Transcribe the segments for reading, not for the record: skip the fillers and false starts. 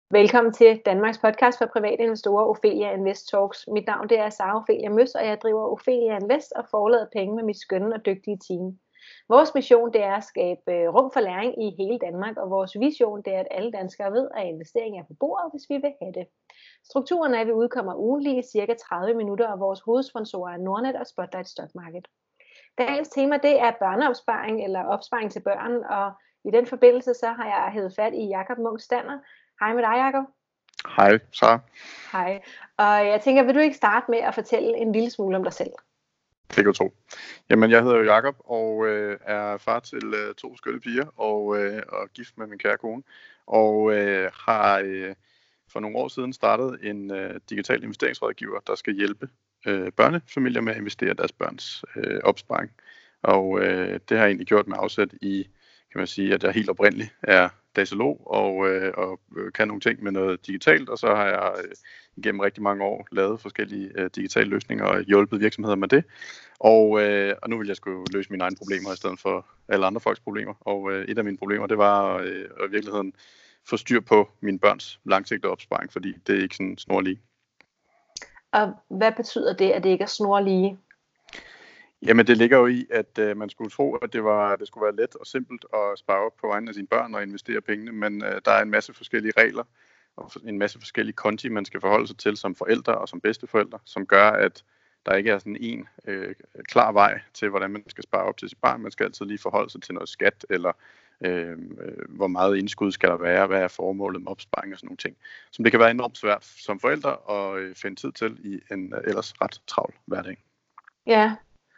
Velkommen til Danmarks podcast for private investorer, Ophelia Invest Talks. Mit navn det er Sara Ophelia Møs, og jeg driver Ophelia Invest og forlader penge med mit skønne og dygtige team. Vores mission det er at skabe rum for læring i hele Danmark, og vores vision det er, at alle danskere ved, at investering er på bordet, hvis vi vil have det. Strukturen er, at vi udkommer ugentligt i cirka 30 minutter, og vores hovedsponsorer er Nordnet og Spotlight Stock Market. Dagens tema det er børneopsparing eller opsparing til børn, og i den forbindelse så har jeg hævet fat i Jakob Munk Stander. Hej med dig, Jakob. Hej, Sara. Hej. Og jeg tænker, vil du ikke starte med at fortælle en lille smule om dig selv? Det kan du tro. Jamen, jeg hedder Jakob og er far til 2 skønne piger og gift med min kære kone. Og har for nogle år siden startet en digital investeringsrådgiver, der skal hjælpe børnefamilier med at investere deres børns opsparing. Og det har jeg egentlig gjort med afsæt i, kan man sige, at jeg helt oprindeligt er datalog og kan nogle ting med noget digitalt, og så har jeg igennem rigtig mange år lavet forskellige digitale løsninger og hjulpet virksomheder med det. Og nu vil jeg skulle løse mine egne problemer i stedet for alle andre folks problemer. Og et af mine problemer, det var at i virkeligheden få styr på mine børns langsigtede opsparing, fordi det er ikke sådan snorlige. Og hvad betyder det, at det ikke er snorlige? Jamen det ligger jo i, at man skulle tro, at det skulle være let og simpelt at spare op på vegne af sine børn og investere pengene, men der er en masse forskellige regler og en masse forskellige konti, man skal forholde sig til som forældre og som bedsteforældre, som gør, at der ikke er sådan en klar vej til, hvordan man skal spare op til sit barn. Man skal altid lige forholde sig til noget skat, eller hvor meget indskud skal der være, hvad er formålet med opsparing og sådan nogle ting. Så det kan være enormt svært som forældre at finde tid til i en ellers ret travl hverdag. Ja.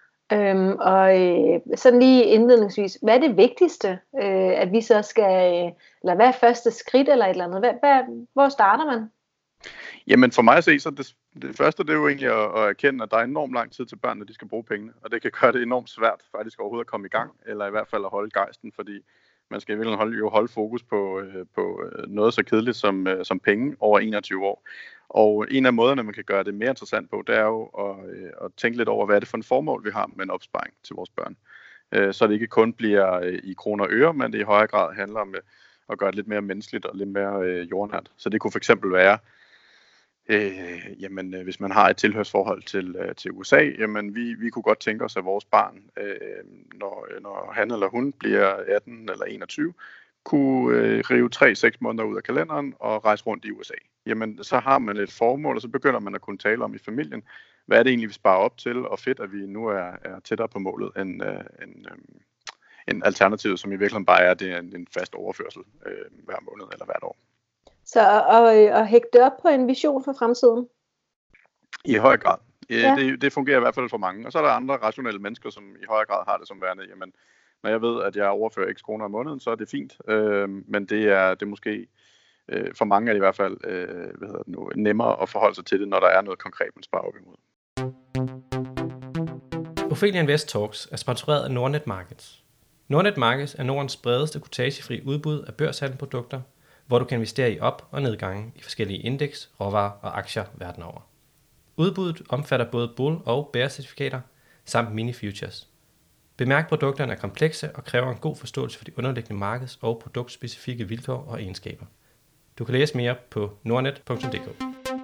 Sådan lige indledningsvis, hvad er det vigtigste, at vi så skal, eller hvad er første skridt eller et eller andet? Hvor starter man? Jamen for mig at se, så det første det er jo egentlig at erkende, at der er enormt lang tid til børnene, de skal bruge pengene, og det kan gøre det enormt svært faktisk overhovedet at komme i gang, eller i hvert fald at holde gejsten, fordi man skal i virkeligheden holde fokus på noget så kedeligt som penge over 21 år. Og en af måderne, man kan gøre det mere interessant på, det er jo at tænke lidt over, hvad er det for en formål, vi har med en opsparing til vores børn. Så det ikke kun bliver i kroner og øre, men det i højere grad handler om at gøre det lidt mere menneskeligt og lidt mere jordnært. Så det kunne for eksempel være, hvis man har et tilhørsforhold til USA, jamen vi kunne godt tænke os, at vores barn, når han eller hun bliver 18 eller 21, kunne rive 3-6 måneder ud af kalenderen og rejse rundt i USA. Jamen, så har man et formål, og så begynder man at kunne tale om i familien, hvad er det egentlig, vi sparer op til, og fedt, at vi nu er tættere på målet end en alternativ, som i virkeligheden bare er, det er en fast overførsel hver måned eller hvert år. Så at hægte det op på en vision for fremtiden? I høj grad. Det fungerer i hvert fald for mange. Og så er der andre rationelle mennesker, som i højere grad har det som værende, jamen, når jeg ved, at jeg overfører x kroner om måneden, så er det fint. Men det er måske, for mange er det i hvert fald nemmere at forholde sig til det, når der er noget konkret, man sparer op imod. Ophelia Invest Talks er sponsoreret af Nordnet Markets. Nordnet Markets er Nordens bredeste kortagefri udbud af børshandelprodukter, hvor du kan investere i op- og nedgange i forskellige indeks, råvarer og aktier verden over. Udbuddet omfatter både bull- og bear-certifikater samt mini-futures. Bemærk, at produkterne er komplekse og kræver en god forståelse for de underliggende markeds- og produktspecifikke vilkår og egenskaber. Du kan læse mere på nordnet.dk.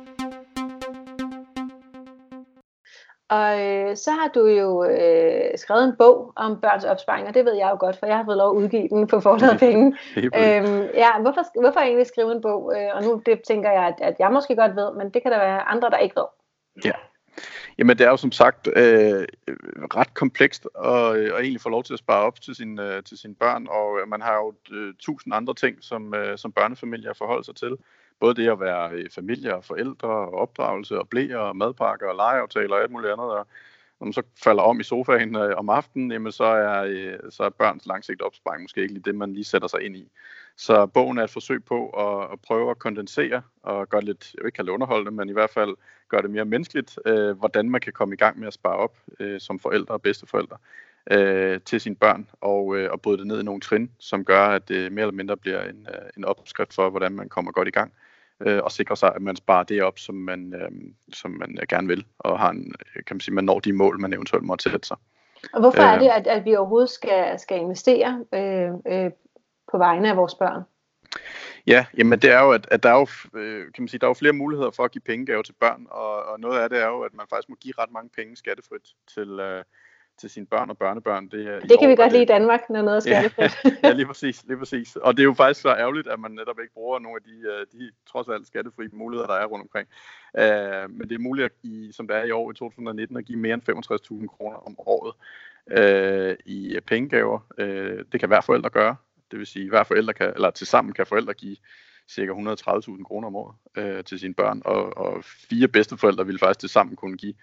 Og så har du jo skrevet en bog om børns opsparing, og det ved jeg jo godt, for jeg har fået lov at udgive den på forlaget penge. Hvorfor egentlig skrive en bog? Og nu det tænker jeg, at jeg måske godt ved, men det kan der være andre, der ikke ved. Ja. Jamen det er jo som sagt ret komplekst og egentlig få lov til at spare op til sine børn, og man har jo 1000 andre ting, som børnefamilier forholder sig til. Både det at være familie og forældre og opdragelse og bleer og madpakker og legeaftaler og alt muligt andet. Og når man så falder om i sofaen om aftenen, jamen så er børns langsigtede opsparing måske ikke lige det, man lige sætter sig ind i. Så bogen er et forsøg på at prøve at kondensere og gøre det lidt, jeg vil ikke kalde det underholdende, men i hvert fald gøre det mere menneskeligt, hvordan man kan komme i gang med at spare op som forældre og bedsteforældre til sine børn, og bryde det ned i nogle trin, som gør, at det mere eller mindre bliver en opskrift for, hvordan man kommer godt i gang, og sikrer sig, at man sparer det op, som man gerne vil, og har man når de mål, man eventuelt måtte sætte sig. Og hvorfor er det, at vi overhovedet skal investere på vegne af vores børn? Ja, jamen det er jo, at der er jo, kan man sige, der er jo flere muligheder for at give pengegave til børn, og noget af det er jo, at man faktisk må give ret mange penge skattefrit til sine børn og børnebørn. Det kan vi godt lide i Danmark, når noget er skattefrit. Ja, lige præcis. Og det er jo faktisk så ærgerligt, at man netop ikke bruger nogle af de trods alt skattefri muligheder, der er rundt omkring. Men det er muligt, som det er i år i 2019, at give mere end 65.000 kroner om året i pengegaver. Det kan hver forælder gøre. Det vil sige, at hver forælder tilsammen kan forældre give ca. 130.000 kroner om året til sine børn, og 4 bedsteforældre vil faktisk tilsammen kunne give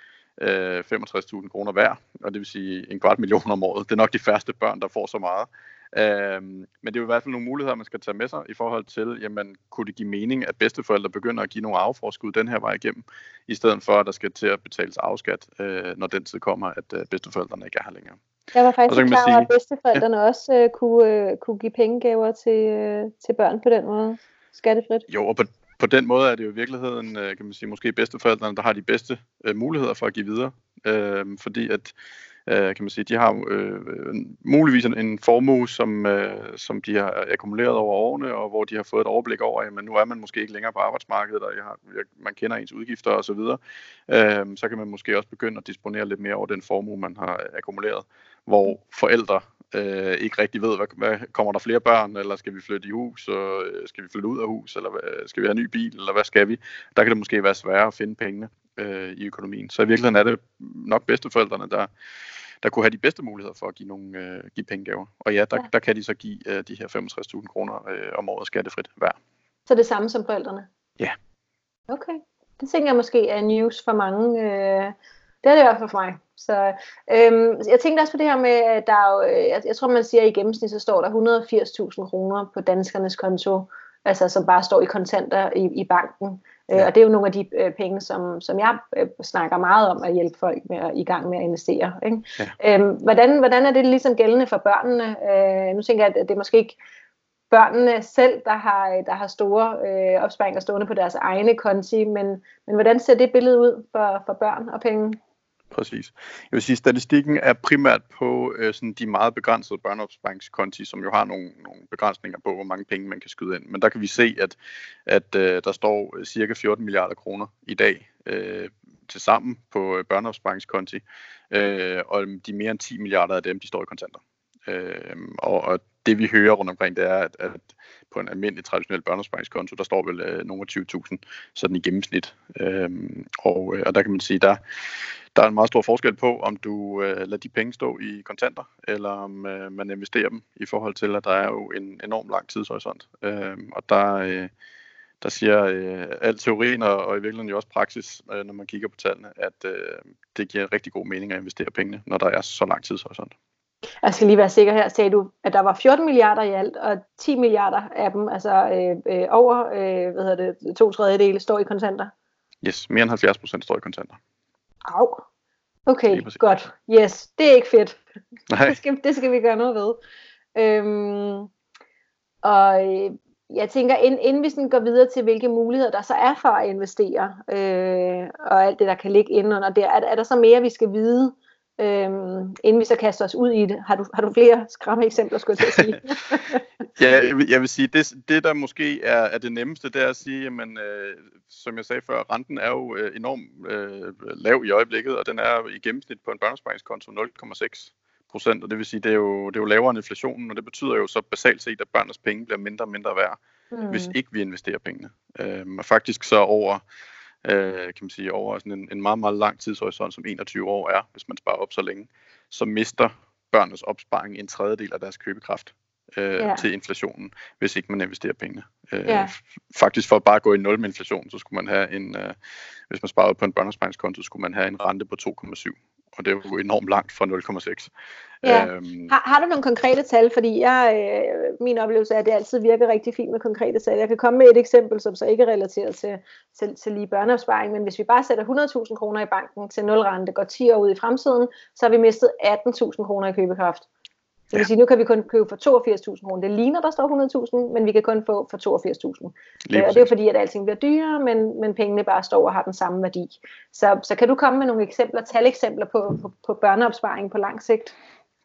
65.000 kroner hver, og det vil sige 250.000 om året. Det er nok de færreste børn, der får så meget. Men det er jo i hvert fald nogle muligheder, man skal tage med sig i forhold til, jamen, kunne det give mening, at bedsteforældre begynder at give nogle arveforskud den her vej igennem, i stedet for, at der skal til at betales arveskat, når den tid kommer, at bedsteforældrene ikke er her længere. Jeg var faktisk klar over, at bedsteforældrene også kunne give pengegaver til børn på den måde, skattefrit. Jo, og på den måde er det jo i virkeligheden, kan man sige, måske bedsteforældrene, der har de bedste muligheder for at give videre, fordi at kan man sige, de har muligvis en formue, som de har akkumuleret over årene, og hvor de har fået et overblik over, jamen nu er man måske ikke længere på arbejdsmarkedet, og man kender ens udgifter osv., så kan man måske også begynde at disponere lidt mere over den formue, man har akkumuleret, hvor forældre ikke rigtig ved, hvad kommer der flere børn, eller skal vi flytte i hus, og skal vi flytte ud af hus, eller skal vi have en ny bil, eller hvad skal vi? Der kan det måske være sværere at finde pengene i økonomien. Så i virkeligheden er det nok bedsteforældrene, der kunne have de bedste muligheder for at give pengegaver. Og ja, der kan de så give de her 65.000 kroner om året skattefrit hver. Så det samme som forældrene? Ja. Okay. Det tænker jeg måske er news for mange. Det er det i hvert fald for mig. Så jeg tænkte også på det her med, at der er jo, jeg tror man siger, at i gennemsnit så står der 180.000 kroner på danskernes konto, altså som bare står i kontanter i banken. Ja. Og det er jo nogle af de penge, som jeg snakker meget om at hjælpe folk med i gang med at investere. Ikke? Ja. Hvordan er det ligesom gældende for børnene? Nu tænker jeg, at det er måske ikke børnene selv, der har store opsparinger stående på deres egne konti, men hvordan ser det billede ud for børn og penge? Præcis. Jeg vil sige, at statistikken er primært på sådan de meget begrænsede børneopsparingskonti, som jo har nogle begrænsninger på, hvor mange penge man kan skyde ind. Men der kan vi se, at der står cirka 14 milliarder kroner i dag til sammen på børneopsparingskonti, og de mere end 10 milliarder af dem, de står i kontanter. Og det vi hører rundt omkring, det er, at på en almindelig traditionel børneopsparingskonto, der står vel nogle 20.000 sådan i gennemsnit. Og der kan man sige, der er en meget stor forskel på, om du lader de penge stå i kontanter, eller om man investerer dem, i forhold til, at der er jo en enorm lang tidshorisont. Og der siger al teorien og i virkeligheden jo også praksis, når man kigger på tallene, at det giver rigtig god mening at investere pengene, når der er så lang tidshorisont. Jeg skal lige være sikker her, sagde du, at der var 14 milliarder i alt, og 10 milliarder af dem, altså over 2/3 står i kontanter? Yes, mere end 70% står i kontanter. Au. Okay, godt. Yes, det er ikke fedt. Det skal vi gøre noget ved. Og jeg tænker, inden vi sådan går videre til, hvilke muligheder der så er for at investere, og alt det, der kan ligge inde under det, er der så mere, vi skal vide, inden vi så kaster os ud i det? Har du flere skræmme eksempler, skulle jeg til at sige? Ja, jeg vil sige, det der måske er det nemmeste, det er at sige, jamen, som jeg sagde før, renten er jo enormt lav i øjeblikket, og den er i gennemsnit på en børneopsparingskonto 0,6%, og det vil sige, det er jo lavere end inflationen, og det betyder jo så basalt set, at børnenes penge bliver mindre og mindre værd, hvis ikke vi investerer pengene. Og faktisk så over kan man sige, over sådan en meget, meget lang tidshorisont, som 21 år er, hvis man sparer op så længe, så mister børnenes opsparing 1/3 af deres købekraft til inflationen, hvis ikke man investerer pengene. Faktisk for at bare gå i nul med inflation, så skulle man have hvis man sparede på en børneopsparingskonto, skulle man have en rente på 2,7. Og det er jo enormt langt fra 0,6. Ja. Har du nogle konkrete tal? Fordi min oplevelse er, at det altid virker rigtig fint med konkrete tal. Jeg kan komme med et eksempel, som så ikke er relateret til lige børneopsparing, men hvis vi bare sætter 100.000 kroner i banken til 0 rente, går 10 år ud i fremtiden, så har vi mistet 18.000 kroner i købekraft. Det vil sige, nu kan vi kun købe for 82.000 kroner. Det ligner, der står 100.000, men vi kan kun få for 82.000. Og det er jo fordi, at alting bliver dyrere, men pengene bare står og har den samme værdi. Så kan du komme med nogle eksempler, taleksempler på børneopsparing på lang sigt?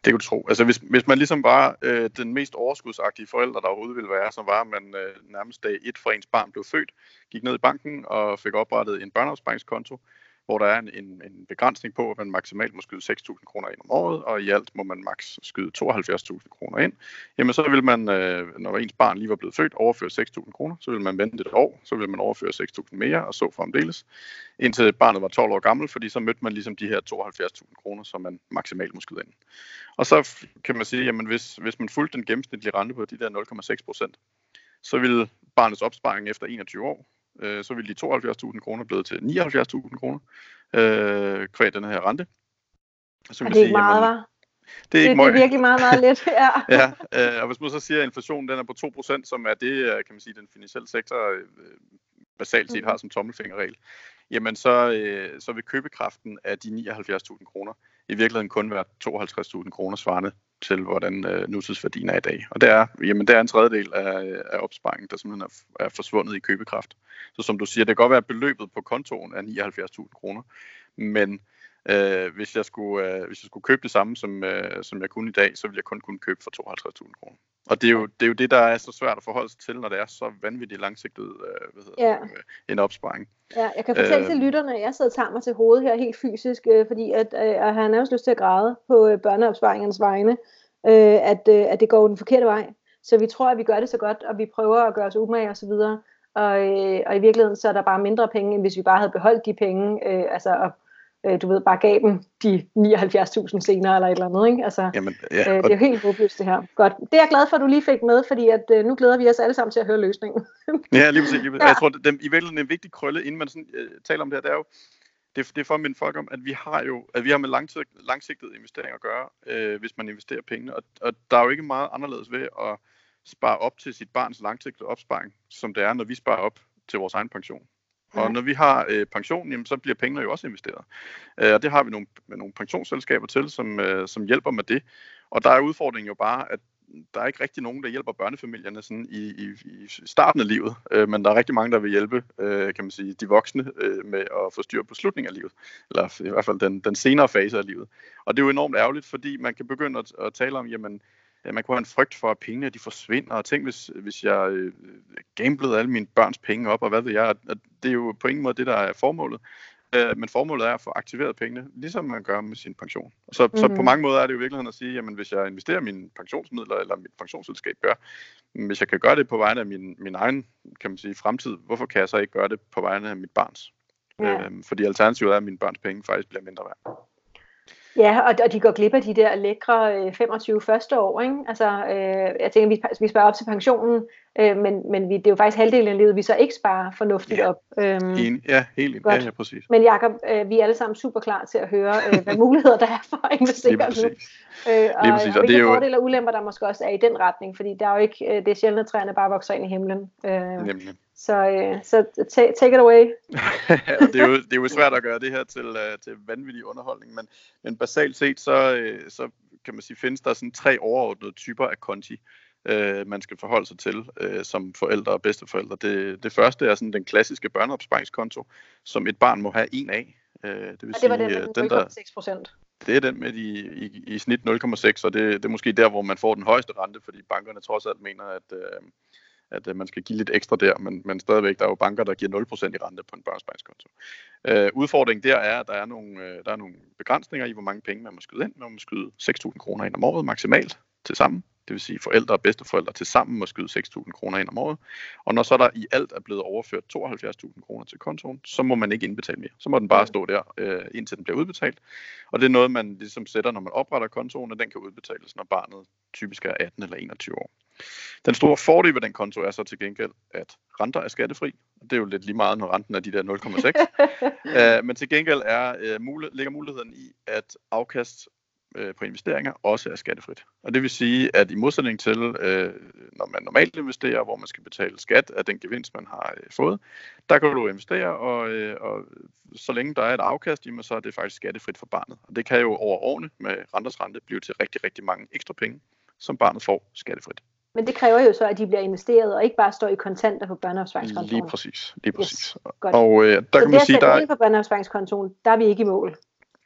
Det kan du tro. Altså hvis man ligesom var den mest overskudsagtige forælder, der overhovedet ville være, så var man nærmest dag 1 fra ens barn blev født, gik ned i banken og fik oprettet en børneopsparingskonto, hvor der er en begrænsning på, at man maksimalt må skyde 6.000 kroner ind om året, og i alt må man maks skyde 72.000 kroner ind. Jamen så vil man, når ens barn lige var blevet født, overføre 6.000 kroner, så vil man vente et år, så vil man overføre 6.000 mere, og så fremdeles, indtil barnet var 12 år gammel, fordi så mødte man ligesom de her 72.000 kroner, som man maksimalt må skyde ind. Og så kan man sige, jamen hvis man fulgte den gennemsnitlige rente på de der 0,6%, så ville barnets opsparing efter 21 år, så ville de 72.000 kroner blevet til 79.000 kroner, kvad den her rente. Så det er ikke meget, hva'? Det er virkelig meget, meget lidt. Ja. Og hvis man så siger, at inflationen den er på 2%, som er det, kan man sige, den finansielle sektor basalt set har som tommelfingerregel, jamen så vil købekraften af de 79.000 kroner i virkeligheden kun være 52.000 kroner svarende til, hvordan nutidsværdien er i dag. Og det er en tredjedel af opsparingen, der simpelthen er forsvundet i købekraft. Så som du siger, det kan godt være, at beløbet på kontoen er 79.000 kroner, men hvis jeg skulle købe det samme, som jeg kunne i dag, så ville jeg kun kunne købe for 52.000 kroner. Og det er jo det, der er så svært at forholde sig til, når det er så vanvittigt langsigtet en opsparing. Ja, jeg kan fortælle til lytterne, at jeg sidder og tager mig til hovedet her helt fysisk, fordi at jeg har nærmest lyst til at græde på børneopsparingens vegne, at det går den forkerte vej. Så vi tror, at vi gør det så godt, og vi prøver at gøre os umage og så videre. Og i virkeligheden så er der bare mindre penge, end hvis vi bare havde beholdt de penge, du ved, bare gav dem de 79.000 senere eller et eller andet, ikke? Altså, Jamen, det er jo helt håbløst det her. Godt. Det er jeg glad for, at du lige fik med, fordi at, nu glæder vi os alle sammen til at høre løsningen. Ja, lige præcis. Ja. Jeg tror, at i virkeligheden en vigtig krølle, inden man sådan, taler om det her, det er jo, det er for at minde folk om, at vi har med langsigtede investeringer at gøre, hvis man investerer pengene, og der er jo ikke meget anderledes ved at spare op til sit barns langsigtede opsparing, som det er, når vi sparer op til vores egen pension. Og når vi har pension, jamen, så bliver pengene jo også investeret. Og det har vi nogle pensionsselskaber til, som hjælper med det. Og der er udfordringen jo bare, at der er ikke rigtig nogen, der hjælper børnefamilierne sådan i starten af livet. Men der er rigtig mange, der vil hjælpe, kan man sige, de voksne med at få styr på slutningen af livet. Eller i hvert fald den senere fase af livet. Og det er jo enormt ærgerligt, fordi man kan begynde at tale om, jamen, man kunne have en frygt for, at pengene de forsvinder, og tænk, hvis jeg gamblede alle mine børns penge op, og hvad ved jeg, det er jo på ingen måde det, der er formålet. Men formålet er at få aktiveret pengene, ligesom man gør med sin pension. Så på mange måder er det jo i virkeligheden at sige, jamen hvis jeg investerer mine pensionsmidler, eller mit pensionsselskab gør, hvis jeg kan gøre det på vegne af min egen, kan man sige, fremtid, hvorfor kan jeg så ikke gøre det på vegne af mit barns? Ja. Fordi alternativet er, at mine børns penge faktisk bliver mindre værd. Ja, og de går glip af de der lækre 25 første år, ikke? Altså, jeg tænker, vi sparer op til pensionen, men det er jo faktisk halvdelen af livet, vi så ikke sparer fornuftigt op. Helt enig. Ja, præcis. Men Jakob, vi er alle sammen super klar til at høre, hvad muligheder der er for at investere nu. Og hvilke fordele og ulemper, der måske også er i den retning, fordi der er jo ikke, det er sjældent, at træerne bare vokser ind i himlen. Så take it away. det er jo svært at gøre det her til vanvittig underholdning, men basalt set, så kan man sige, findes der sådan 3 overordnede typer af konti, man skal forholde sig til som forældre og bedsteforældre. Det første er sådan den klassiske børneopsparingskonto, som et barn må have en af. Det vil sige, den med 0,6%. Det er den med i snit 0,6, og det er måske der, hvor man får den højeste rente, fordi bankerne trods alt mener, at man skal give lidt ekstra der, men stadigvæk, der er jo banker, der giver 0% i rente på en børneopsparingskonto. Udfordringen der er, at der er nogle begrænsninger i, hvor mange penge man må skyde ind. Man må skyde 6.000 kroner ind om året maksimalt til sammen. Det vil sige, forældre og bedsteforældre til sammen må skyde 6.000 kroner ind om året. Og når så der i alt er blevet overført 72.000 kroner til kontoen, så må man ikke indbetale mere. Så må den bare stå der, indtil den bliver udbetalt. Og det er noget, man ligesom sætter, når man opretter kontoen, og den kan udbetales, når barnet typisk er 18 eller 21 år. Den store fordel ved den konto er så til gengæld, at renter er skattefri. Det er jo lidt lige meget, når renten er de der 0,6. Men til gengæld ligger muligheden i, at afkast på investeringer også er skattefrit. Og det vil sige, at i modsætning til, når man normalt investerer, hvor man skal betale skat af den gevinst, man har fået, der kan du investere, og så længe der er et afkast, jamen, så er det faktisk skattefrit for barnet. Og det kan jo over årene med renters rente blive til rigtig, rigtig mange ekstra penge, som barnet får skattefrit. Men det kræver jo så, at de bliver investeret, og ikke bare står i kontanter på børneopsparingskontoen. Lige præcis. Yes, og der så kan man sige, der på børneopsparingskontoen, der er vi ikke i mål.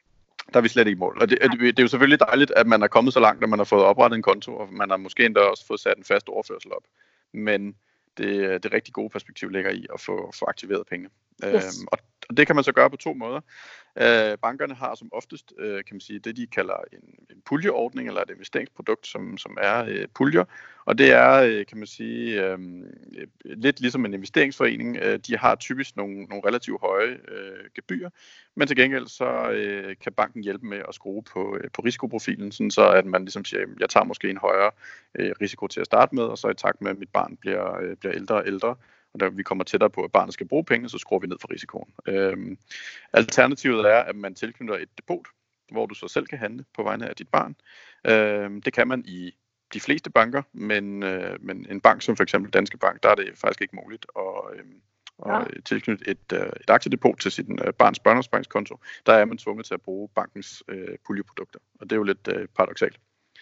Der er vi slet ikke i mål. Og det er jo selvfølgelig dejligt, at man er kommet så langt, at man har fået oprettet en konto, og man har måske endda også fået sat en fast overførsel op. Men det rigtig gode perspektiv ligger i at få aktiveret pengene. Yes. Og det kan man så gøre på 2 måder. Bankerne har som oftest, kan man sige, det de kalder en puljeordning, eller et investeringsprodukt, som er puljer. Og det er, kan man sige, lidt ligesom en investeringsforening. De har typisk nogle relativt høje gebyrer, men til gengæld så kan banken hjælpe med at skrue på risikoprofilen, sådan så at man ligesom siger, jeg tager måske en højere risiko til at starte med, og så i takt med, at mit barn bliver ældre og ældre, og da vi kommer tættere på, at barnet skal bruge penge, så skruer vi ned for risikoen. Alternativet er, at man tilknytter et depot, hvor du så selv kan handle på vegne af dit barn. Det kan man i de fleste banker, men en bank som for eksempel Danske Bank, der er det faktisk ikke muligt at tilknytte et aktiedepot til sit barns børneopsparingskonto. Der er man tvunget til at bruge bankens puljeprodukter, og det er jo lidt paradoksalt.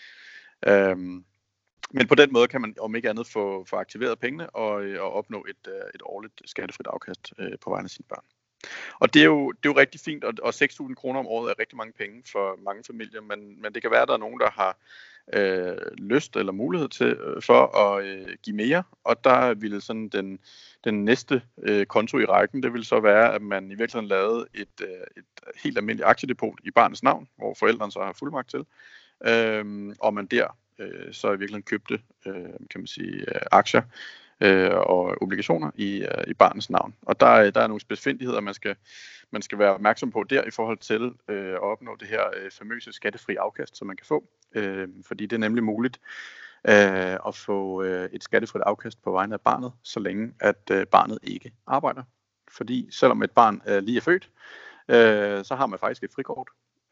Men på den måde kan man om ikke andet få aktiveret pengene og opnå et årligt skattefrit afkast på vegne af sine børn. Og det er jo rigtig fint, og 6.000 kroner om året er rigtig mange penge for mange familier, men det kan være, at der er nogen, der har lyst eller mulighed for at give mere, og der ville sådan den næste konto i rækken, det vil så være, at man i virkeligheden lavede et helt almindeligt aktiedepot i barnets navn, hvor forældrene så har fuldmagt til, og man der så i virkeligheden købte, kan man sige, aktier og obligationer i barnets navn. Og der er nogle spidsfindigheder, man skal være opmærksom på der i forhold til at opnå det her famøse skattefri afkast, som man kan få. Fordi det er nemlig muligt at få et skattefrit afkast på vegne af barnet, så længe at barnet ikke arbejder. Fordi selvom et barn lige er født, så har man faktisk et frikort.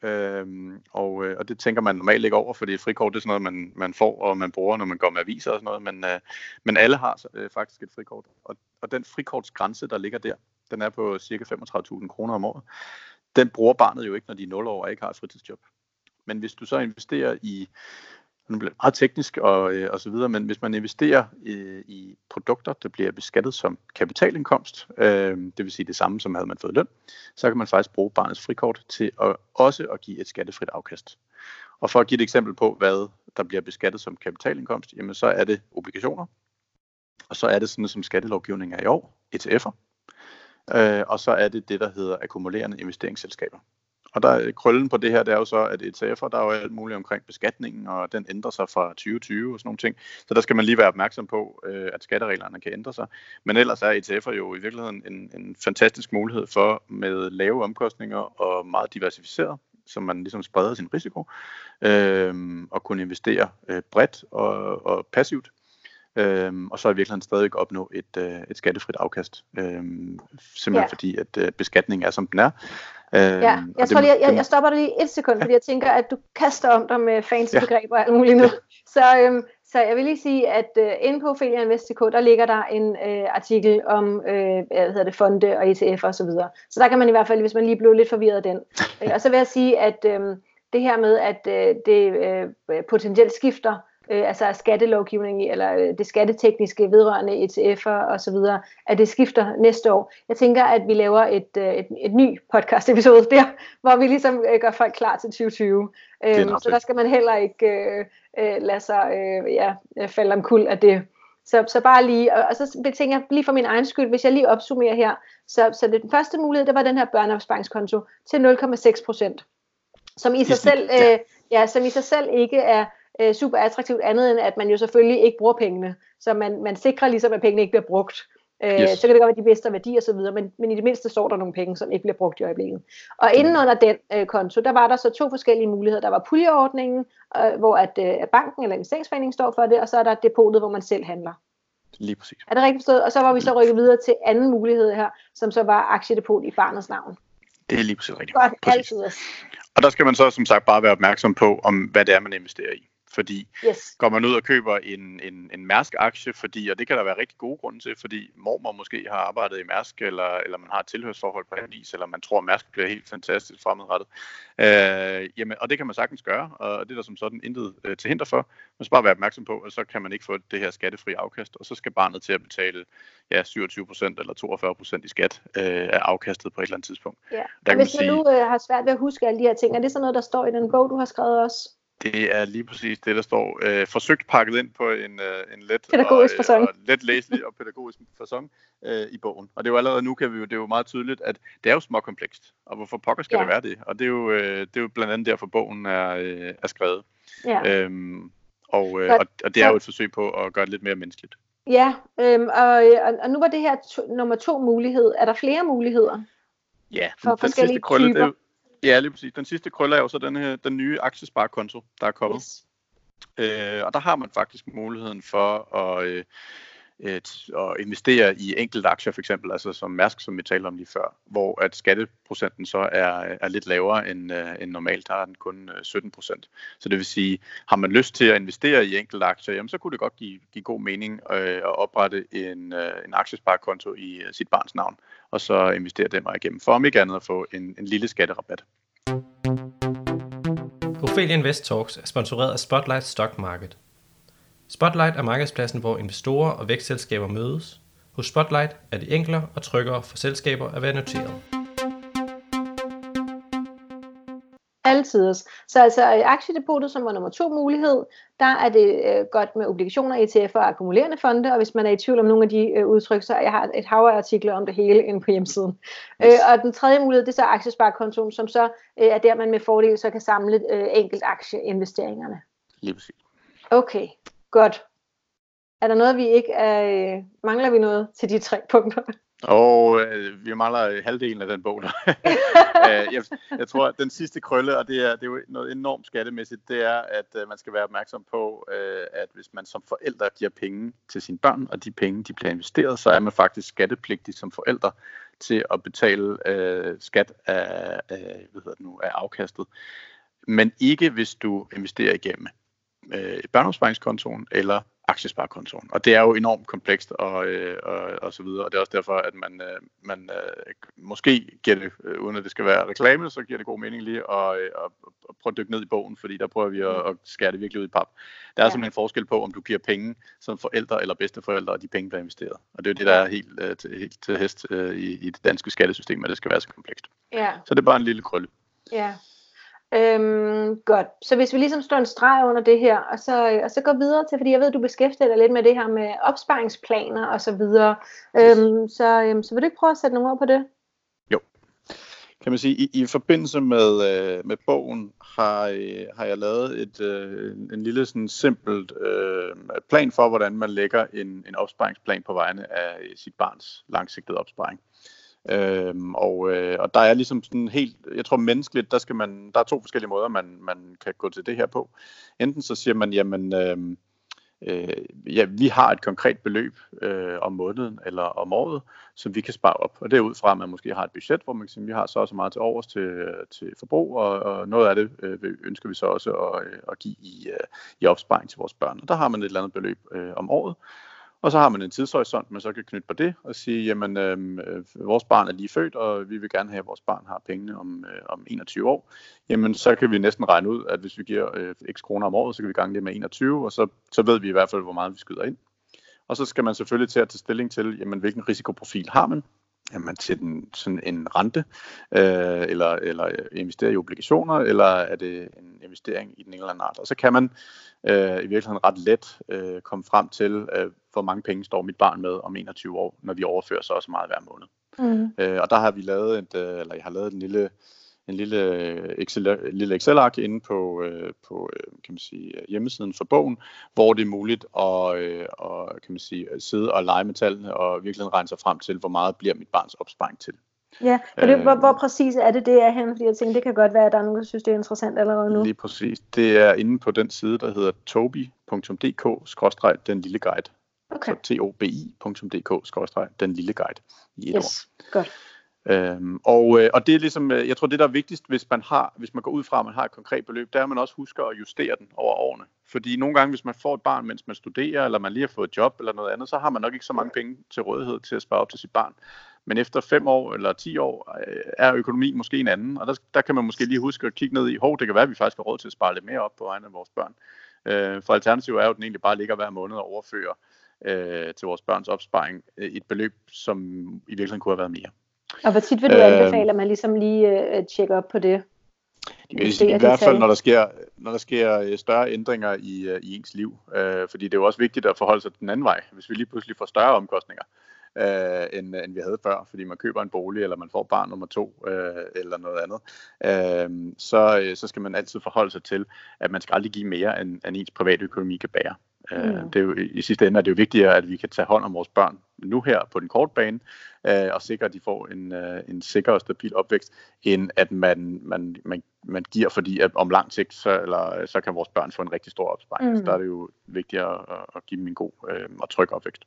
Og det tænker man normalt ikke over, fordi et frikort det er sådan noget, man får, og man bruger, når man går med aviser og sådan noget, men alle har faktisk et frikort. Og den frikortsgrænse, der ligger der, den er på ca. 35.000 kroner om året. Den bruger barnet jo ikke, når de er 0 år og ikke har et fritidsjob. Men hvis du så investerer i, nu bliver det meget teknisk og så videre, men hvis man investerer i produkter, der bliver beskattet som kapitalindkomst, det vil sige det samme som havde man fået løn, så kan man faktisk bruge barnets frikort til også at give et skattefrit afkast. Og for at give et eksempel på, hvad der bliver beskattet som kapitalindkomst, jamen så er det obligationer, og så er det sådan som skattelovgivningen er i år, ETF'er, og så er det der hedder akkumulerende investeringsselskaber. Og der krøllen på det her, det er jo så, at ETF'er, der er jo alt muligt omkring beskatningen, og den ændrer sig fra 2020 og sådan nogle ting. Så der skal man lige være opmærksom på, at skattereglerne kan ændre sig. Men ellers er ETF'er jo i virkeligheden en fantastisk mulighed for med lave omkostninger og meget diversificeret, så man ligesom spreder sin risiko, og kunne investere bredt og passivt. Og så i virkeligheden stadig opnå et skattefrit afkast, simpelthen fordi at beskatningen er som den er. Jeg stopper dig lige 1 sekund, fordi jeg tænker, at du kaster om dig med fancy begreber og alt muligt nu. Så jeg vil lige sige, at inde på Ophelia Invest.dk, der ligger der en artikel om fonde og ETF'er og så videre. Så der kan man i hvert fald, hvis man lige blev lidt forvirret af den. Og så vil jeg sige, at det her med, at det potentielt skifter, altså skattelovgivning eller det skattetekniske vedrørende ETF'er og så videre, at det skifter næste år. Jeg tænker, at vi laver et ny podcast episode der, hvor vi ligesom gør folk klar til 2020. Så der skal man heller ikke lade sig falde omkuld af det. Så bare lige, og så tænker jeg lige for min egen skyld, hvis jeg lige opsummerer her, så den første mulighed, det var den her børneopsparingskonto til 0,6%, som i sig selv, som i sig selv ikke er super attraktivt andet end, at man jo selvfølgelig ikke bruger pengene. Så man sikrer ligesom, at pengene ikke bliver brugt. Så kan det godt være de bedste værdier og så videre, men i det mindste står der nogle penge, som ikke bliver brugt i øjeblikket. Og inden under den konto, der var der så 2 forskellige muligheder. Der var puljeordningen, hvor at banken eller investeringsforeningen står for det, og så er der depotet, hvor man selv handler. Lige præcis. Er det rigtigt forstået? Og så var vi så rykket videre til anden mulighed her, som så var aktiedepot i barnets navn. Det er lige præcis rigtigt. Godt, altid. Og der skal man så som sagt bare være opmærksom på, om hvad det er, man investerer i. Fordi går man ud og køber en Mærsk-aktie, og det kan der være rigtig gode grunde til, fordi mormor måske har arbejdet i Mærsk, eller man har et tilhørsforhold på anden vis, eller man tror, at Mærsk bliver helt fantastisk fremadrettet. Og det kan man sagtens gøre, og det er der som sådan intet til hinder for. Man skal bare være opmærksom på, at så kan man ikke få det her skattefri afkast, og så skal barnet til at betale 27% eller 42% i skat af afkastet på et eller andet tidspunkt. Ja. Og hvis man nu har svært ved at huske alle de her ting, er det sådan noget, der står i den bog, du har skrevet også? Det er lige præcis det, der står forsøgt pakket ind på en let og let læselig og pædagogisk facon i bogen. Og det er jo allerede nu, det er jo meget tydeligt, at det er jo småkomplekst. Og hvorfor pokker skal det være det? Og det er jo blandt andet derfor, bogen er skrevet. Ja. Og det er jo et forsøg på at gøre det lidt mere menneskeligt. Ja, og nu var det her nummer 2 mulighed. Er der flere muligheder? Ja, for forskellige typer? Ja, lige præcis. Den sidste krølle er jo så den nye aktiesparekonto, der er kommet. Yes. Og der har man faktisk muligheden for at investere i enkelte aktier, for eksempel, altså som Mærsk, som vi talte om lige før, hvor at skatteprocenten så er lidt lavere end normalt, der er den kun 17%. Så det vil sige, har man lyst til at investere i enkelte aktier, jamen, så kunne det godt give god mening at oprette en aktiesparekonto i sit barns navn, og så investere dem igennem, for om ikke andet at få en lille skatterabat. Ophelia Invest Talks er sponsoreret af Spotlight Stock Market. Spotlight er markedspladsen, hvor investorer og vækstselskaber mødes. Hos Spotlight er det enklere og tryggere for selskaber at være noteret. Altid. Så altså aktiedepotet, som var nummer 2 mulighed, der er det godt med obligationer, ETF'er og akkumulerende fonde, og hvis man er i tvivl om nogle af de udtryk, så jeg har et hav af artikler om det hele inde på hjemmesiden. Yes. Og den tredje mulighed, det er så aktiesparekontoen, som så er der, man med fordel så kan samle enkelt aktieinvesteringerne. Lige præcis. Okay, godt. Er der noget, vi ikke mangler vi noget til de 3 punkter? Vi mangler halvdelen af den bog. Jeg tror, at den sidste krølle, og det er jo noget enormt skattemæssigt, det er, at man skal være opmærksom på, at hvis man som forældre giver penge til sine børn, og de penge, de bliver investeret, så er man faktisk skattepligtig som forældre til at betale skat af afkastet. Men ikke hvis du investerer igennem børneopsparingskontoen eller aktiesparekontoen. Og det er jo enormt komplekst og så videre, og det er også derfor, at man måske giver det, uden at det skal være reklame, så giver det god mening lige at prøve at dykke ned i bogen, fordi der prøver vi at skære det virkelig ud i pap. Der er simpelthen en forskel på, om du giver penge som forældre eller bedsteforældre, og de penge bliver investeret. Og det er jo det, der er helt til hest i det danske skattesystem, at det skal være så komplekst. Ja. Så det er bare en lille krølle. Ja. Godt. Så hvis vi ligesom står en streg under det her, og så går videre til, fordi jeg ved, du beskæftiger dig lidt med det her med opsparingsplaner og så videre. Så vil du ikke prøve at sætte nogle ord på det? Jo. Kan man sige, i forbindelse med bogen har jeg lavet en lille sådan simpelt plan for, hvordan man lægger en opsparingsplan på vegne af sit barns langsigtede opsparing. Og der er ligesom sådan helt, jeg tror menneskeligt, der er 2 forskellige måder, man kan gå til det her på. Enten så siger man, jamen, vi har et konkret beløb om måneden eller om året, som vi kan spare op. Og det er ud fra, at man måske har et budget, hvor man kan sige, vi har så og så meget til overs til forbrug, og noget af det ønsker vi så også at give i opsparing til vores børn. Og der har man et eller andet beløb om året. Og så har man en tidshorisont, man så kan knytte på det og sige, jamen vores barn er lige født, og vi vil gerne have, at vores barn har pengene om 21 år. Jamen så kan vi næsten regne ud, at hvis vi giver x kroner om året, så kan vi gange det med 21, og så ved vi i hvert fald, hvor meget vi skyder ind. Og så skal man selvfølgelig til at tage stilling til, jamen hvilken risikoprofil har man? Jamen til sådan en rente, eller investere i obligationer, eller er det en investering i den ene eller anden art. Og så kan man i virkeligheden ret let komme frem til, hvor mange penge står mit barn med om 21 år, når vi overfører så også meget hver måned. Og der har vi lavet jeg har lavet en lille Excel-ark inde på kan man sige, hjemmesiden for bogen, hvor det er muligt at kan man sige, sidde og lege med tallene og virkelig regne sig frem til, hvor meget bliver mit barns opsparing til. Ja, hvor præcis er det er henne? Fordi jeg tænker, det kan godt være, at der er nogen, der synes, det er interessant allerede nu. Lige præcis. Det er inde på den side, der hedder tobi.dk/den lille guide. Okay. Så tobi.dk/den lille guide i et ord. Godt. Og det er ligesom, jeg tror det der er vigtigst, hvis man går ud fra, at man har et konkret beløb, det er, at man også husker at justere den over årene. Fordi nogle gange, hvis man får et barn, mens man studerer, eller man lige har fået et job eller noget andet, så har man nok ikke så mange penge til rådighed til at spare op til sit barn. Men efter 5 år eller 10 år er økonomien måske en anden, og der kan man måske lige huske at kigge ned i, det kan være, at vi faktisk har råd til at spare lidt mere op på vegne af vores børn. For alternativet er jo, at den egentlig bare ligger hver måned og overfører til vores børns opsparing et beløb, som i virkeligheden kunne have været mere. Og hvor tit vil du anbefale, at man ligesom lige tjekker op på det? I hvert fald, når der sker større ændringer i ens liv. Fordi det er jo også vigtigt at forholde sig den anden vej. Hvis vi lige pludselig får større omkostninger, end vi havde før, fordi man køber en bolig, eller man får barn nummer 2, eller noget andet, så skal man altid forholde sig til, at man skal aldrig give mere, end ens private økonomi kan bære. Det er jo, i sidste ende er det jo vigtigere, at vi kan tage hånd om vores børn nu her på den korte bane, og sikre, at de får en sikker og stabil opvækst, end at man giver, fordi at om lang sigt, så kan vores børn få en rigtig stor opsparing. Så der er det jo vigtigere at give dem en god og tryg opvækst.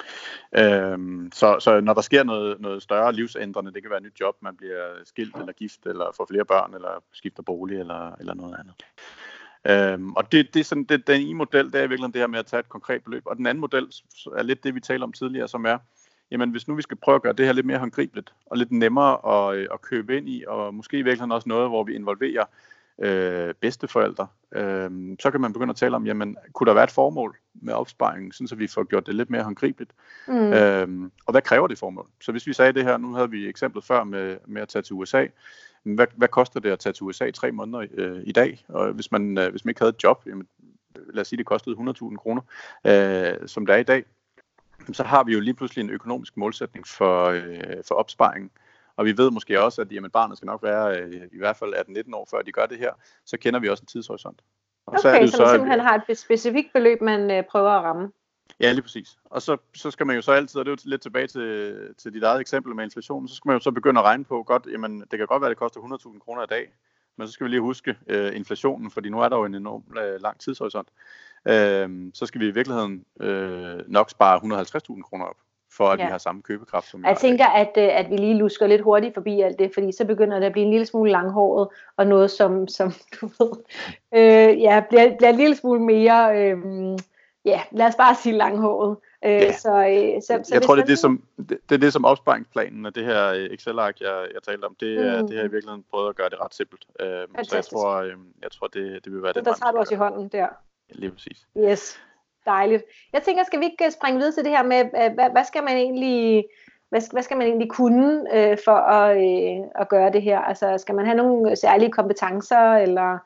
Så når der sker noget større livsændrende, det kan være et nyt job, man bliver skilt eller gift, eller får flere børn, eller skifter bolig, eller noget andet. Og det er sådan, den ene model, det er i virkeligheden det her med at tage et konkret beløb, og den anden model er lidt det, vi talte om tidligere, som er, jamen hvis nu vi skal prøve at gøre det her lidt mere håndgribeligt, og lidt nemmere at købe ind i, og måske i virkeligheden også noget, hvor vi involverer bedsteforældre, så kan man begynde at tale om, jamen kunne der være et formål med opsparingen, sådan så vi får gjort det lidt mere håndgribeligt. Og hvad kræver det formål? Så hvis vi sagde det her, nu havde vi eksemplet før med at tage til USA, hvad koster det at tage til USA 3 måneder i dag? Og hvis man ikke havde et job, jamen, lad os sige, det kostede 100.000 kroner, som det er i dag, så har vi jo lige pludselig en økonomisk målsætning for opsparingen. Og vi ved måske også, at jamen, barnet skal nok være i hvert fald 18-19 år, før de gør det her. Så kender vi også en tidshorisont. Og så er det så man simpelthen har et specifikt beløb, man prøver at ramme. Ja, lige præcis. Og så skal man jo så altid, og det er jo lidt tilbage til dit eget eksempel med inflationen, så skal man jo så begynde at regne på, godt, jamen det kan godt være, at det koster 100.000 kroner i dag, men så skal vi lige huske inflationen, fordi nu er der jo en enorm lang tidshorisont. Så skal vi i virkeligheden nok spare 150.000 kroner op, for at vi har samme købekraft som jeg tænker, at vi lige lusker lidt hurtigt forbi alt det, fordi så begynder det at blive en lille smule langhåret, og noget som du ved, bliver en lille smule mere, lad os bare sige langhåret. Så jeg tror, det er det som opsparingsplanen og det her Excel-ark, jeg talte om, det har i virkeligheden prøvet at gøre det ret simpelt. Så jeg tror, det vil være det. Der tager du også i hånden der. Lige præcis. Yes. Dejligt. Jeg tænker, skal vi ikke springe videre til det her med, hvad skal man egentlig kunne for at gøre det her? Altså, skal man have nogle særlige kompetencer, eller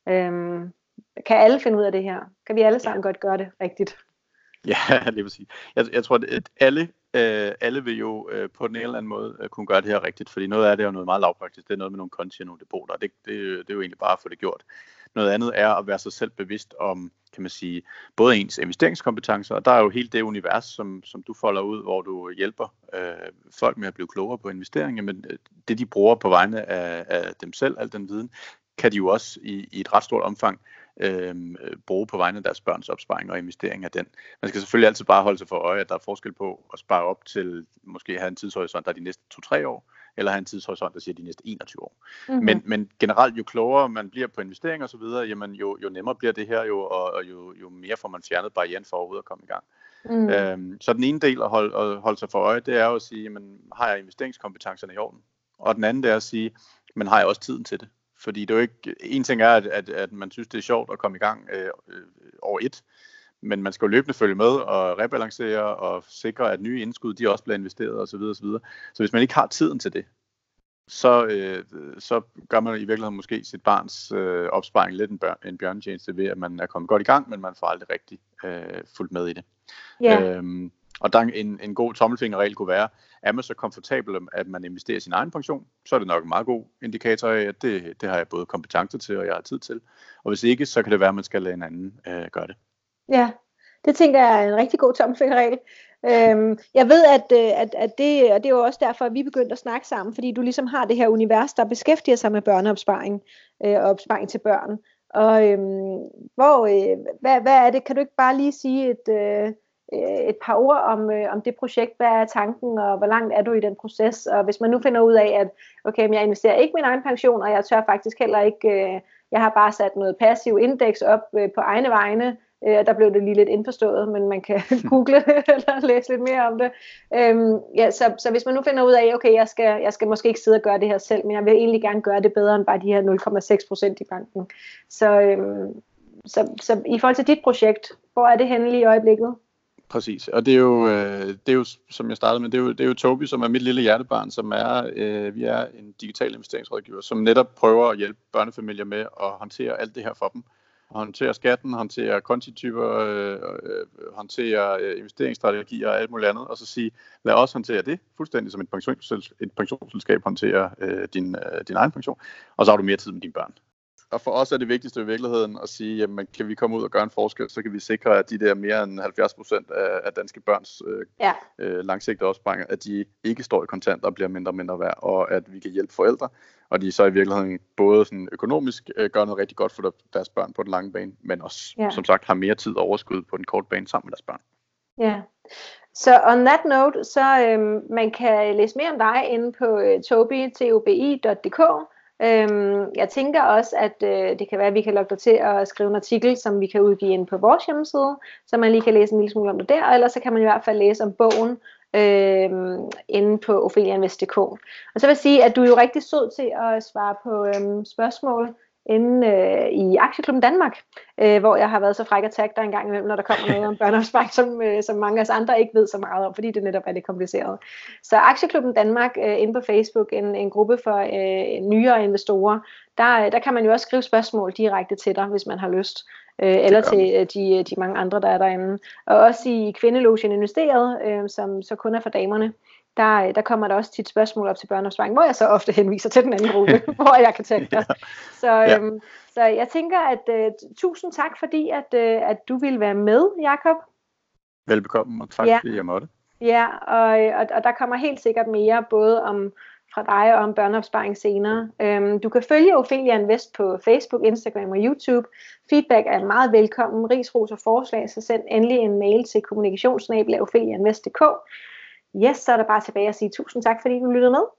kan alle finde ud af det her? Kan vi alle sammen godt gøre det rigtigt? Ja, lige præcis. Jeg tror, at alle vil jo på den ene eller anden måde kunne gøre det her rigtigt, fordi noget af det er jo noget meget lavpraktisk. Det er noget med nogle konti og nogle depoter, og det er jo egentlig bare at få det gjort. Noget andet er at være sig selv bevidst om, kan man sige, både ens investeringskompetencer, og der er jo hele det univers, som du folder ud, hvor du hjælper folk med at blive klogere på investeringer, men det de bruger på vegne af dem selv, al den viden, kan de jo også i et ret stort omfang bruge på vegne af deres børns opsparing og investering af den. Man skal selvfølgelig altid bare holde sig for øje, at der er forskel på at spare op til måske have en tidshorisont, der er de næste 2-3 år, eller have en tidshorisont, der siger de næste 21 år. Mm-hmm. Men generelt, jo klogere man bliver på investeringer og så videre, jamen jo nemmere bliver det her jo, og jo mere får man fjernet barrieren for overhovedet at komme i gang. Mm. Så den ene del at holde sig for øje, det er jo at sige, jamen, har jeg investeringskompetencerne i orden? Og den anden det er at sige, men har jeg også tiden til det? Fordi det er jo ikke, en ting er, at man synes, det er sjovt at komme i gang år 1, men man skal jo løbende følge med og rebalancere og sikre, at nye indskud, de også bliver investeret osv. osv. Så hvis man ikke har tiden til det, så gør man i virkeligheden måske sit barns opsparing lidt en bjørnetjeneste ved, at man er kommet godt i gang, men man får aldrig rigtig fulgt med i det. Yeah. Og der en god tommelfingerregel kunne være, er man så komfortabel, at man investerer i sin egen pension, så er det nok en meget god indikator af, at det har jeg både kompetence til, og jeg har tid til. Og hvis ikke, så kan det være, at man skal lade en anden gøre det. Ja, det tænker jeg er en rigtig god tommelfingerregel. Jeg ved, at det er jo også derfor, at vi begyndte at snakke sammen, fordi du ligesom har det her univers, der beskæftiger sig med børneopsparing og opsparing til børn. Og hvad er det? Kan du ikke bare lige sige et par ord om det projekt. Hvad er tanken, og hvor langt er du i den proces? Og hvis man nu finder ud af, at okay, jeg investerer ikke min egen pension, og jeg tør faktisk heller ikke, jeg har bare sat noget passiv indeks op på egne vegne, der blev det lige lidt indforstået, men man kan google det eller læse lidt mere om det. Så hvis man nu finder ud af, okay, jeg skal måske ikke sidde og gøre det her selv, men jeg vil egentlig gerne gøre det bedre end bare de her 0,6% i banken. Så i forhold til dit projekt, hvor er det henne i øjeblikket? Præcis, og det er jo som jeg startede med, det er jo Toby, som er mit lille hjertebarn, som vi er en digital investeringsrådgiver, som netop prøver at hjælpe børnefamilier med at håndtere alt det her for dem. Håndtere skatten, håndtere kontityper, håndtere investeringsstrategier og alt muligt andet, og så sige, lad os håndtere det, fuldstændig som et pensionsselskab håndterer din egen pension, og så har du mere tid med dine børn. Og for os er det vigtigste i virkeligheden at sige, jamen, kan vi komme ud og gøre en forskel, så kan vi sikre, at de der mere end 70% af danske børns langsigtede opsparinger, at de ikke står i kontanter og bliver mindre og mindre værd, og at vi kan hjælpe forældre, og de så i virkeligheden både sådan økonomisk gør noget rigtig godt for deres børn på den lange bane, men også, som sagt, har mere tid og overskud på den korte bane sammen med deres børn. Ja. Så on that note, så man kan læse mere om dig inde på tobi.dk. Jeg tænker også, at det kan være, at vi kan logge dig til at skrive en artikel, som vi kan udgive ind på vores hjemmeside, så man lige kan læse en lille smule om det der, eller så kan man i hvert fald læse om bogen inde på opheliainvest.dk. Og så vil jeg sige, at du er jo rigtig sød til at svare på spørgsmål inde i Aktieklubben Danmark, hvor jeg har været så fræk at tagge dig en gang imellem, når der kommer noget om børneopsparing, som mange af os andre ikke ved så meget om, fordi det netop er lidt kompliceret. Så Aktieklubben Danmark inde på Facebook, en gruppe for nyere investorer, der kan man jo også skrive spørgsmål direkte til dig, hvis man har lyst. Eller til de mange andre, der er derinde. Og også i Kvindelogen Investeret, som så kun er for damerne, der kommer der også tit spørgsmål op til børneopsparing, hvor jeg så ofte henviser til den anden gruppe, hvor jeg kan tage dig. Så jeg tænker, at tusind tak, fordi at du ville være med, Jakob. Velbekomme, og tak fordi jeg måtte. Ja, og der kommer helt sikkert mere, både fra dig og om børneopsparing senere. Du kan følge Ophelia Invest på Facebook, Instagram og YouTube. Feedback er meget velkommen. Ris, ros og forslag, så send endelig en mail til kommunikationsnabel@opheliainvest.dk. Yes, så er der bare tilbage at sige tusind tak, fordi du lyttede med.